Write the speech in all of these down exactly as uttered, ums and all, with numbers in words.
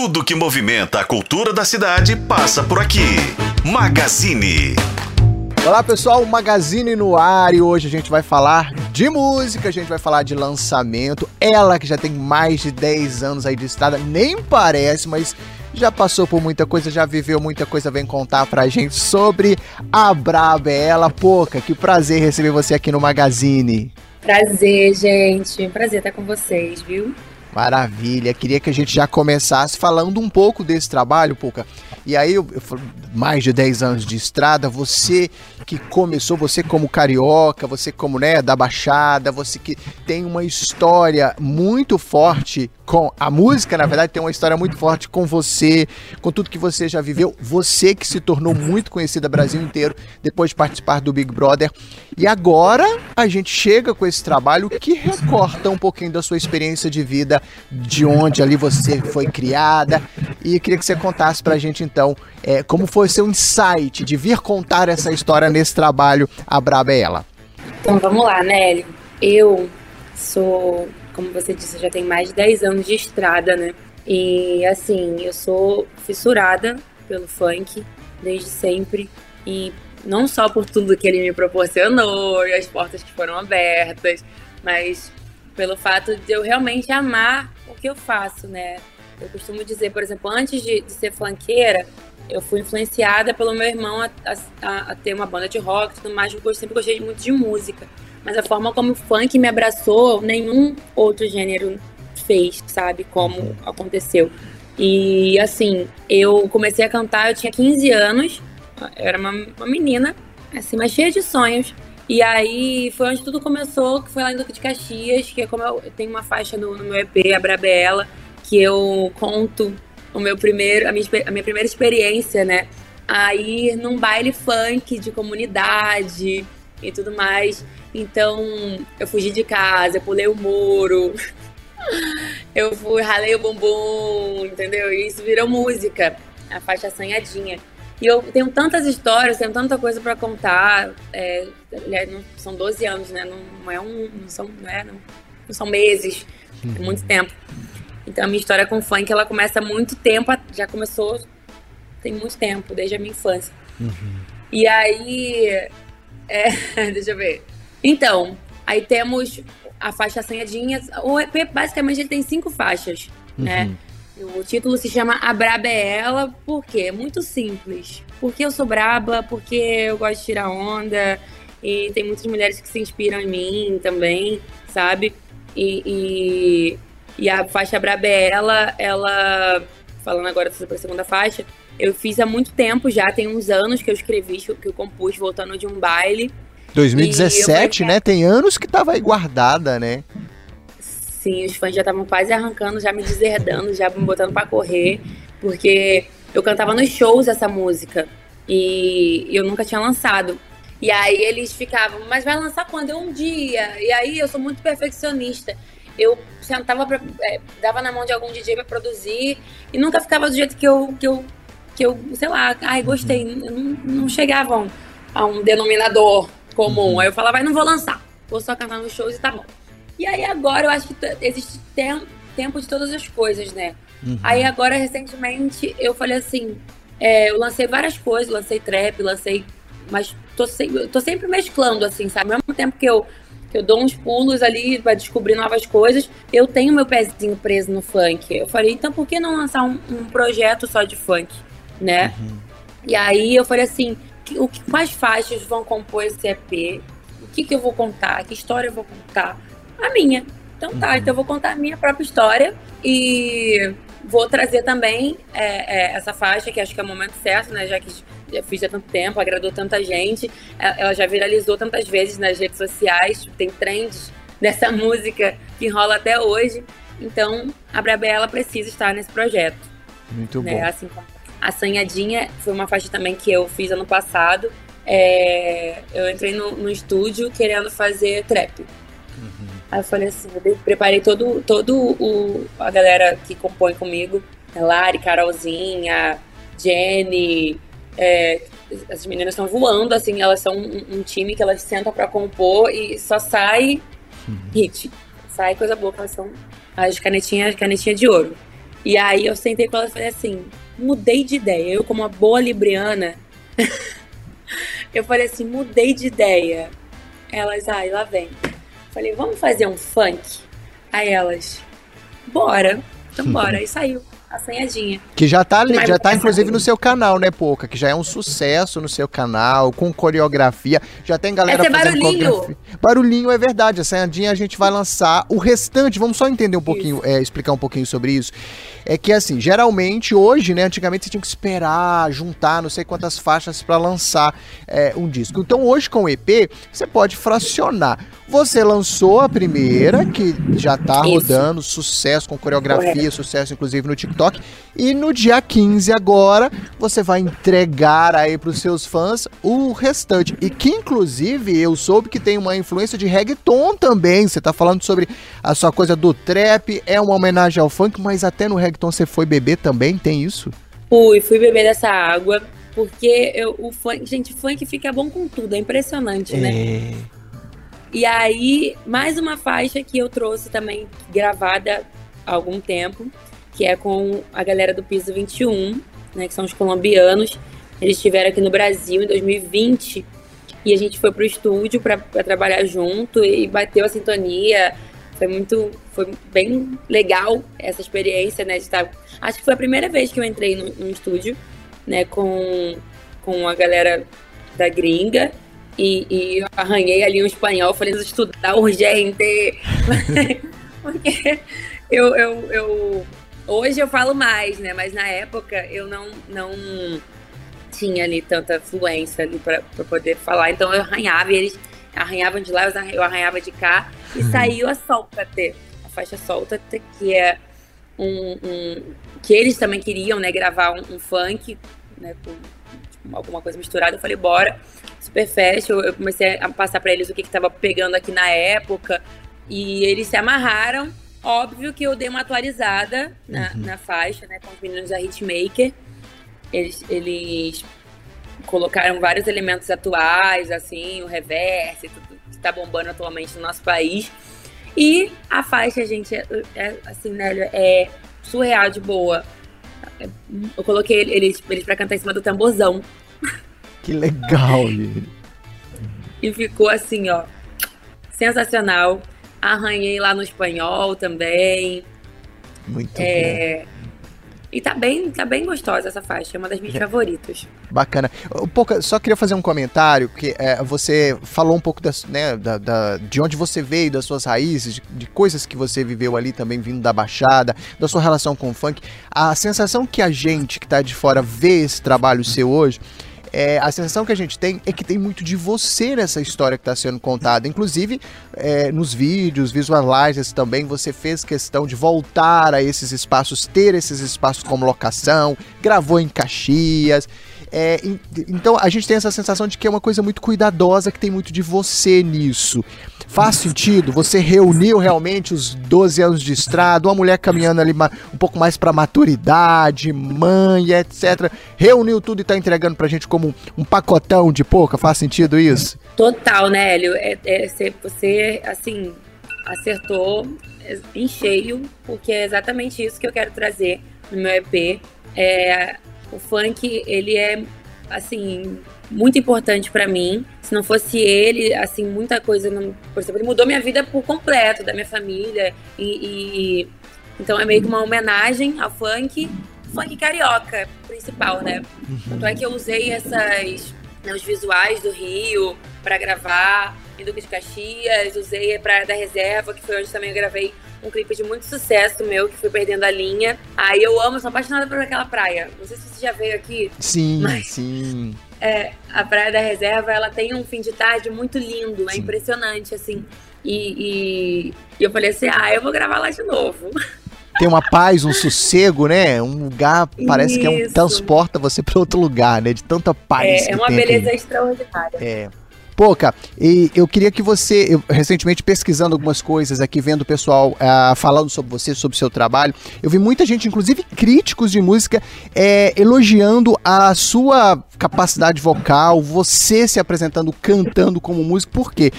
Tudo que movimenta a cultura da cidade passa por aqui. Magazine. Olá pessoal, Magazine no ar, e hoje a gente vai falar de música, a gente vai falar de lançamento. Ela que já tem mais de dez anos aí de estrada, nem parece, mas já passou por muita coisa, já viveu muita coisa, vem contar pra gente sobre a Braba é Ela. Poca, que prazer receber você aqui no Magazine. Prazer, gente, prazer estar com vocês, viu? Maravilha, queria que a gente já começasse falando um pouco desse trabalho, Poca. E aí, eu, eu, mais de dez anos de estrada, você que começou, você como carioca, você como, né, da Baixada, você que tem uma história muito forte com a música, na verdade, tem uma história muito forte com você, com tudo que você já viveu, você que se tornou muito conhecida no Brasil inteiro, depois de participar do Big Brother. E agora, a gente chega com esse trabalho que recorta um pouquinho da sua experiência de vida, de onde ali você foi criada, e eu queria que você contasse pra gente então, é, como foi seu insight de vir contar essa história nesse trabalho, A Braba é Ela. Então vamos lá, Nelly. Eu sou, como você disse, já tenho mais de dez anos de estrada, né? E assim, eu sou fissurada pelo funk desde sempre, e não só por tudo que ele me proporcionou e as portas que foram abertas, mas pelo fato de eu realmente amar o que eu faço, né? Eu costumo dizer, por exemplo, antes de, de ser funkeira, eu fui influenciada pelo meu irmão a, a, a ter uma banda de rock e tudo mais, eu sempre gostei muito de música. Mas a forma como o funk me abraçou, nenhum outro gênero fez, sabe? Como aconteceu. E, assim, eu comecei a cantar, eu tinha quinze anos, eu era uma, uma menina, assim, mas cheia de sonhos. E aí foi onde tudo começou, que foi lá em Duque de Caxias, que é como eu, eu tenho uma faixa no, no meu E P, A Braba é Ela, que eu conto o meu primeiro, a minha, a minha primeira experiência, né? A ir num baile funk de comunidade e tudo mais. Então, eu fugi de casa, eu pulei o muro, eu fui, ralei o bumbum, entendeu? E isso virou música, a faixa assanhadinha. E eu tenho tantas histórias, tenho tanta coisa pra contar. É, não, são doze anos, né? Não, não é um. Não são, não é, não, não são meses, é muito tempo. Então a minha história com funk, ela começa há muito tempo, já começou tem muito tempo, desde a minha infância. Uhum. E aí. É, deixa eu ver. Então, aí temos a faixa assanhadinha. O E P, basicamente, ele tem cinco faixas, uhum, né? O título se chama A Braba é Ela, por quê? É muito simples. Porque eu sou braba, porque eu gosto de tirar onda, e tem muitas mulheres que se inspiram em mim também, sabe? E, e, e a faixa Braba é Ela, ela, falando agora sobre a segunda faixa, eu fiz há muito tempo já, tem uns anos que eu escrevi, que eu compus voltando de um baile. dois mil e dezessete, falei, né? Tem anos que tava aí guardada, né? Sim, os fãs já estavam quase arrancando, já me deserdando, já me botando pra correr, porque eu cantava nos shows essa música e eu nunca tinha lançado. E aí eles ficavam, mas vai lançar quando? Eu um dia. E aí eu sou muito perfeccionista. Eu sentava, pra, é, dava na mão de algum D J pra produzir e nunca ficava do jeito que eu, que eu, que eu sei lá, ai, gostei. Eu não, não chegavam a um denominador comum. Aí eu falava, vai, não vou lançar, vou só cantar nos shows e tá bom. E aí agora eu acho que t- existe tem- tempo de todas as coisas, né? Uhum. Aí agora, recentemente, eu falei assim, é, eu lancei várias coisas, lancei trap, lancei... Mas tô, se- tô sempre mesclando, assim, sabe? Ao mesmo tempo que eu, que eu dou uns pulos ali pra descobrir novas coisas, eu tenho meu pezinho preso no funk. Eu falei, então por que não lançar um, um projeto só de funk, né? Uhum. E aí eu falei assim, que, o, quais faixas vão compor esse E P? O que que eu vou contar? Que história eu vou contar? A minha. Então tá, uhum. Então eu vou contar a minha própria história e vou trazer também é, é, essa faixa, que acho que é o momento certo, né? Já que já fiz há tanto tempo, agradou tanta gente, ela já viralizou tantas vezes nas redes sociais, tem trends dessa música que rola até hoje. Então, a Braba é Ela precisa estar nesse projeto. Muito né? bom. Assim como a Assanhadinha foi uma faixa também que eu fiz ano passado. É, eu entrei no, no estúdio querendo fazer trap. Uhum. Aí eu falei assim, eu preparei todo, todo o, a galera que compõe comigo, Lari, Carolzinha, Jenny, é, as meninas estão voando, assim, elas são um, um time que elas sentam pra compor e só sai uhum. hit, sai coisa boa, elas são as canetinhas, canetinha de ouro. E aí eu sentei com ela e falei assim, mudei de ideia. Eu, como uma boa libriana, eu falei assim, mudei de ideia. Elas, ai, lá vem. Falei, vamos fazer um funk? Aí elas, bora. Então bora. Aí saiu. Assanhadinha. Que já tá, já tá inclusive no seu canal, né, Poca? Que já é um sucesso no seu canal, com coreografia. Já tem galera Esse é fazendo barulhinho. coreografia. Barulhinho, é verdade. A Assanhadinha a gente vai lançar. O restante, vamos só entender um pouquinho, é, explicar um pouquinho sobre isso. É que assim, geralmente hoje, né, antigamente você tinha que esperar, juntar não sei quantas faixas pra lançar é, um disco. Então hoje com o E P, você pode fracionar. Você lançou a primeira, que já tá Isso. rodando, sucesso com coreografia, Correto. sucesso inclusive no TikTok. E no dia quinze agora, você vai entregar aí pros seus fãs o restante. E que inclusive eu soube que tem uma influência de reggaeton também. Você tá falando sobre a sua coisa do trap, é uma homenagem ao funk, mas até no reggaeton você foi beber também, tem isso? Fui, fui beber dessa água, porque eu, o funk, gente, funk fica bom com tudo, é impressionante, né? É... E aí, mais uma faixa que eu trouxe também gravada há algum tempo, que é com a galera do Piso vinte e um, né, que são os colombianos. Eles estiveram aqui no Brasil em dois mil e vinte e a gente foi pro estúdio para trabalhar junto e bateu a sintonia. Foi muito, foi bem legal essa experiência, né, de estar... Acho que foi a primeira vez que eu entrei no, no estúdio, né, com, com a galera da gringa. E, e eu arranhei ali um espanhol, falei, estudar urgente. Porque eu, eu, eu... Hoje eu falo mais, né? Mas na época eu não, não tinha ali tanta fluência ali pra, pra poder falar. Então eu arranhava e eles arranhavam de lá, eu arranhava de cá. E saiu a Solta-te, a faixa Solta-te, que é um, um... que eles também queriam, né? Gravar um, um funk, né? Com tipo, alguma coisa misturada. Eu falei, bora. Super fast, eu comecei a passar pra eles o que que tava pegando aqui na época, e eles se amarraram. Óbvio que eu dei uma atualizada na, uhum. na faixa, né, com os meninos da Hitmaker. Eles, eles colocaram vários elementos atuais, assim, o reverse, tudo que tá bombando atualmente no nosso país. E a faixa, gente, é, é assim, né, é surreal de boa. Eu coloquei eles, eles pra cantar em cima do tamborzão. Que legal, Lili. E ficou assim, ó, sensacional. Arranhei lá no espanhol também. Muito é... bom. E tá bem, tá bem gostosa essa faixa, é uma das minhas é. favoritas. Bacana. Um pouco, só queria fazer um comentário, que é, você falou um pouco das, né, da, da, de onde você veio, das suas raízes, de, de coisas que você viveu ali também, vindo da Baixada, da sua relação com o funk. A sensação que a gente que tá de fora vê esse trabalho seu hoje, É, a sensação que a gente tem é que tem muito de você nessa história que está sendo contada. Inclusive, é, nos vídeos, visualizers também, você fez questão de voltar a esses espaços, ter esses espaços como locação, gravou em Caxias. É, então, a gente tem essa sensação de que é uma coisa muito cuidadosa, que tem muito de você nisso. Faz sentido? Você reuniu realmente os doze anos de estrada, uma mulher caminhando ali um pouco mais pra maturidade, mãe, etcétera. Reuniu tudo e tá entregando pra gente como um pacotão de Poca? Faz sentido isso? Total, né, Hélio? É, é, você, assim, acertou em cheio, porque é exatamente isso que eu quero trazer no meu E P. É, o funk, ele é, assim, muito importante pra mim. Se não fosse ele, assim, muita coisa, não, por exemplo, ele mudou minha vida por completo, da minha família, e, e então é meio que uma homenagem ao funk, funk carioca, principal, né? Tanto é que eu usei essas, né, os visuais do Rio pra gravar em Duque de Caxias, usei pra da Reserva, que foi onde também eu gravei um clipe de muito sucesso meu, que foi Perdendo a Linha. Aí eu amo, sou apaixonada por aquela praia. Não sei se você já veio aqui. Sim, mas, sim. É, a Praia da Reserva, ela tem um fim de tarde muito lindo, é sim. impressionante, assim. E, e, e eu falei assim, ah, eu vou gravar lá de novo. Tem uma paz, um sossego, né? Um lugar, parece Isso. que é um, transporta você para outro lugar, né? De tanta paz. É, é uma beleza aqui. Extraordinária. É. Poca, e eu queria que você, eu, recentemente pesquisando algumas coisas aqui, vendo o pessoal uh, falando sobre você, sobre o seu trabalho, eu vi muita gente, inclusive críticos de música, é, elogiando a sua capacidade vocal, você se apresentando, cantando como músico. Por quê?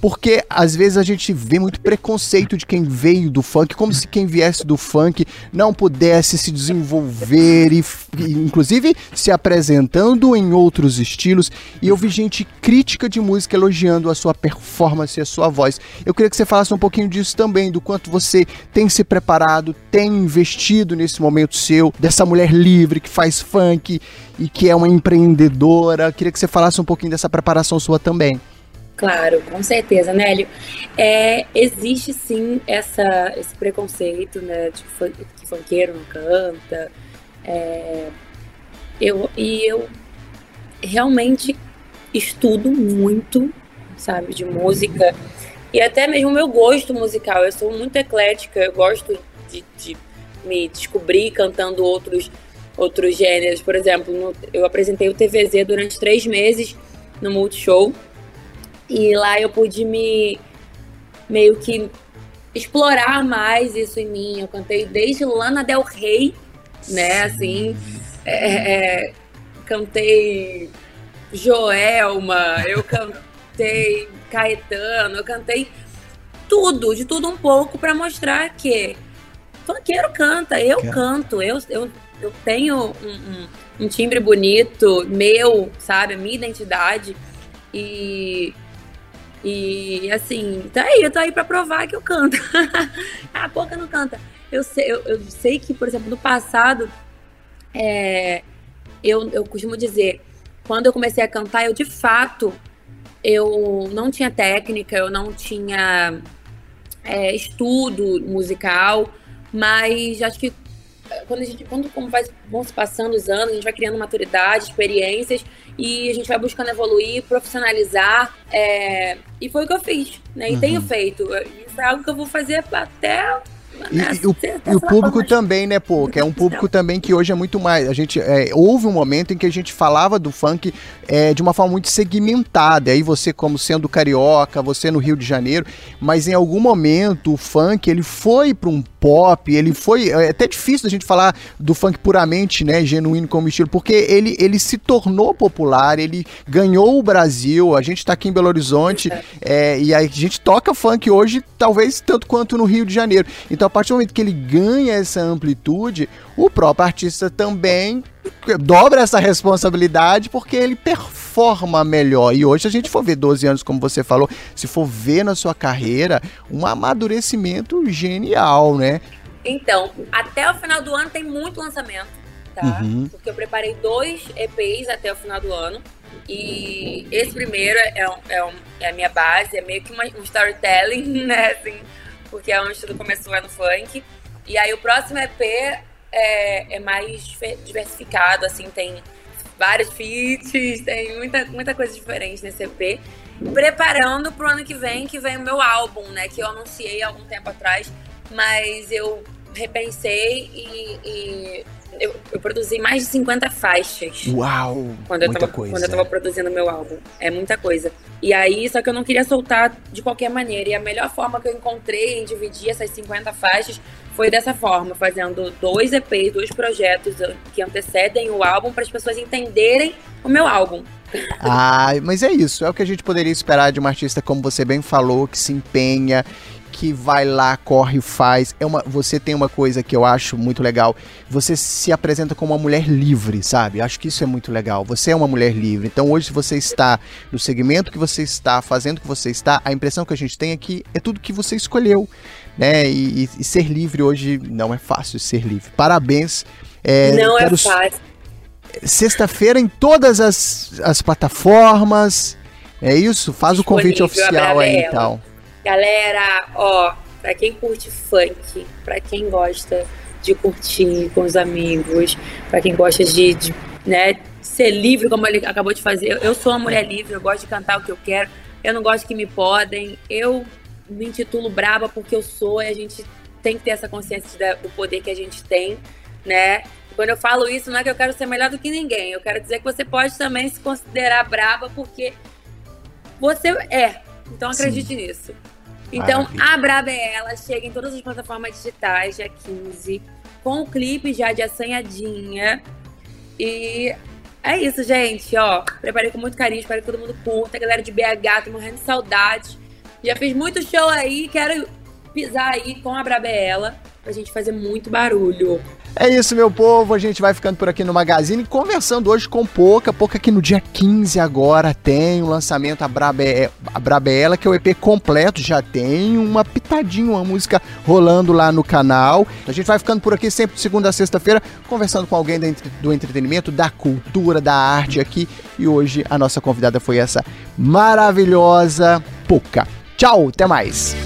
porque às vezes a gente vê muito preconceito de quem veio do funk, como se quem viesse do funk não pudesse se desenvolver e, e inclusive se apresentando em outros estilos. E eu vi gente crítica de música elogiando a sua performance e a sua voz. Eu queria que você falasse um pouquinho disso também, do quanto você tem se preparado, tem investido nesse momento seu, dessa mulher livre que faz funk e que é uma empreendedora. Eu queria que você falasse um pouquinho dessa preparação sua também. Claro, com certeza, Nélio. É, existe sim essa, esse preconceito, né, de fun- que funkeiro não canta. É, eu, e eu realmente estudo muito, sabe, de música. E até mesmo o meu gosto musical. Eu sou muito eclética, eu gosto de, de me descobrir cantando outros, outros gêneros. Por exemplo, no, eu apresentei o T V Z durante três meses no Multishow. E lá eu pude me meio que explorar mais isso em mim. Eu cantei desde Lana Del Rey, né, assim, é, é, cantei Joelma, eu cantei Caetano, eu cantei tudo, de tudo um pouco, para mostrar que funkeiro canta, eu Quero. canto, eu, eu, eu tenho um, um, um timbre bonito, meu, sabe, a minha identidade. E, e assim, tá aí, eu tô aí pra provar que eu canto. A boca não canta. Eu sei, eu, eu sei que, por exemplo, no passado, é, eu, eu costumo dizer, quando eu comecei a cantar, eu de fato, eu não tinha técnica, eu não tinha é, estudo musical, mas acho que quando a gente, quando, como vai, vão se passando os anos, a gente vai criando maturidade, experiências, e a gente vai buscando evoluir, profissionalizar, é, e foi o que eu fiz, né? E uhum. tenho feito. Isso é algo que eu vou fazer até... E, e, o, e o público também, né, pô, que é um público também que hoje é muito mais, a gente, é, houve um momento em que a gente falava do funk é, de uma forma muito segmentada, aí você como sendo carioca, você no Rio de Janeiro, mas em algum momento o funk, ele foi para um pop, ele foi, é até difícil a gente falar do funk puramente, né, genuíno como estilo, porque ele, ele se tornou popular, ele ganhou o Brasil, a gente tá aqui em Belo Horizonte, é, e a gente toca funk hoje, talvez tanto quanto no Rio de Janeiro. Então, a partir do momento que ele ganha essa amplitude, o próprio artista também dobra essa responsabilidade, porque ele performa melhor. E hoje, a gente for ver doze anos, como você falou, se for ver na sua carreira, um amadurecimento genial, né? Então, até o final do ano tem muito lançamento, tá? Uhum. Porque eu preparei dois E Pês até o final do ano. E esse primeiro é, um, é, um, é a minha base, é meio que uma, um storytelling, né, assim, porque é onde tudo começou, é no funk. E aí o próximo E P é, é mais diversificado, assim, tem vários feats, tem muita, muita coisa diferente nesse E P. Preparando pro ano que vem, que vem o meu álbum, né, que eu anunciei há algum tempo atrás, mas eu repensei e... e Eu, eu produzi mais de cinquenta faixas. Uau! Quando eu, muita tava, coisa. quando eu tava produzindo meu álbum. É muita coisa. E aí, só que eu não queria soltar de qualquer maneira. E a melhor forma que eu encontrei em dividir essas cinquenta faixas foi dessa forma, fazendo dois E Pês, dois projetos que antecedem o álbum para as pessoas entenderem o meu álbum. Ah, mas é isso. É o que a gente poderia esperar de uma artista, como você bem falou, que se empenha, que vai lá, corre e faz. É uma, você tem uma coisa que eu acho muito legal. Você se apresenta como uma mulher livre, sabe? Acho que isso é muito legal. Você é uma mulher livre. Então hoje, se você está no segmento que você está, fazendo o que você está, a impressão que a gente tem é que é tudo que você escolheu, né? E, e, e ser livre hoje não é fácil ser livre. Parabéns. É, não quero... é fácil. Sexta-feira em todas as, as plataformas. É isso? Faz o convite oficial aí, então. Galera, ó, pra quem curte funk, pra quem gosta de curtir com os amigos, pra quem gosta de, de né, ser livre, como ele acabou de fazer. Eu, eu sou uma mulher livre, eu gosto de cantar o que eu quero, eu não gosto que me podem, eu me intitulo braba porque eu sou, e a gente tem que ter essa consciência da, do poder que a gente tem, né? Quando eu falo isso, não é que eu quero ser melhor do que ninguém, eu quero dizer que você pode também se considerar braba porque você é. Então acredite Sim. nisso. Então, Maravilha. A Braba é Ela chega em todas as plataformas digitais, dia quinze, com o clipe já de Assanhadinha. E é isso, gente, ó. Preparei com muito carinho, espero que todo mundo curta. A galera de B H, tô morrendo de saudade. Já fiz muito show aí, quero pisar aí com a Brabeela pra gente fazer muito barulho. É isso, meu povo, a gente vai ficando por aqui no Magazine, conversando hoje com Poca. Poca que no dia quinze agora tem o um lançamento a, Brabe... a Brabeela, que é o E P completo, já tem uma pitadinha, uma música rolando lá no canal. A gente vai ficando por aqui sempre de segunda a sexta-feira, conversando com alguém do entretenimento, da cultura, da arte aqui. E hoje a nossa convidada foi essa maravilhosa Poca. Tchau, até mais!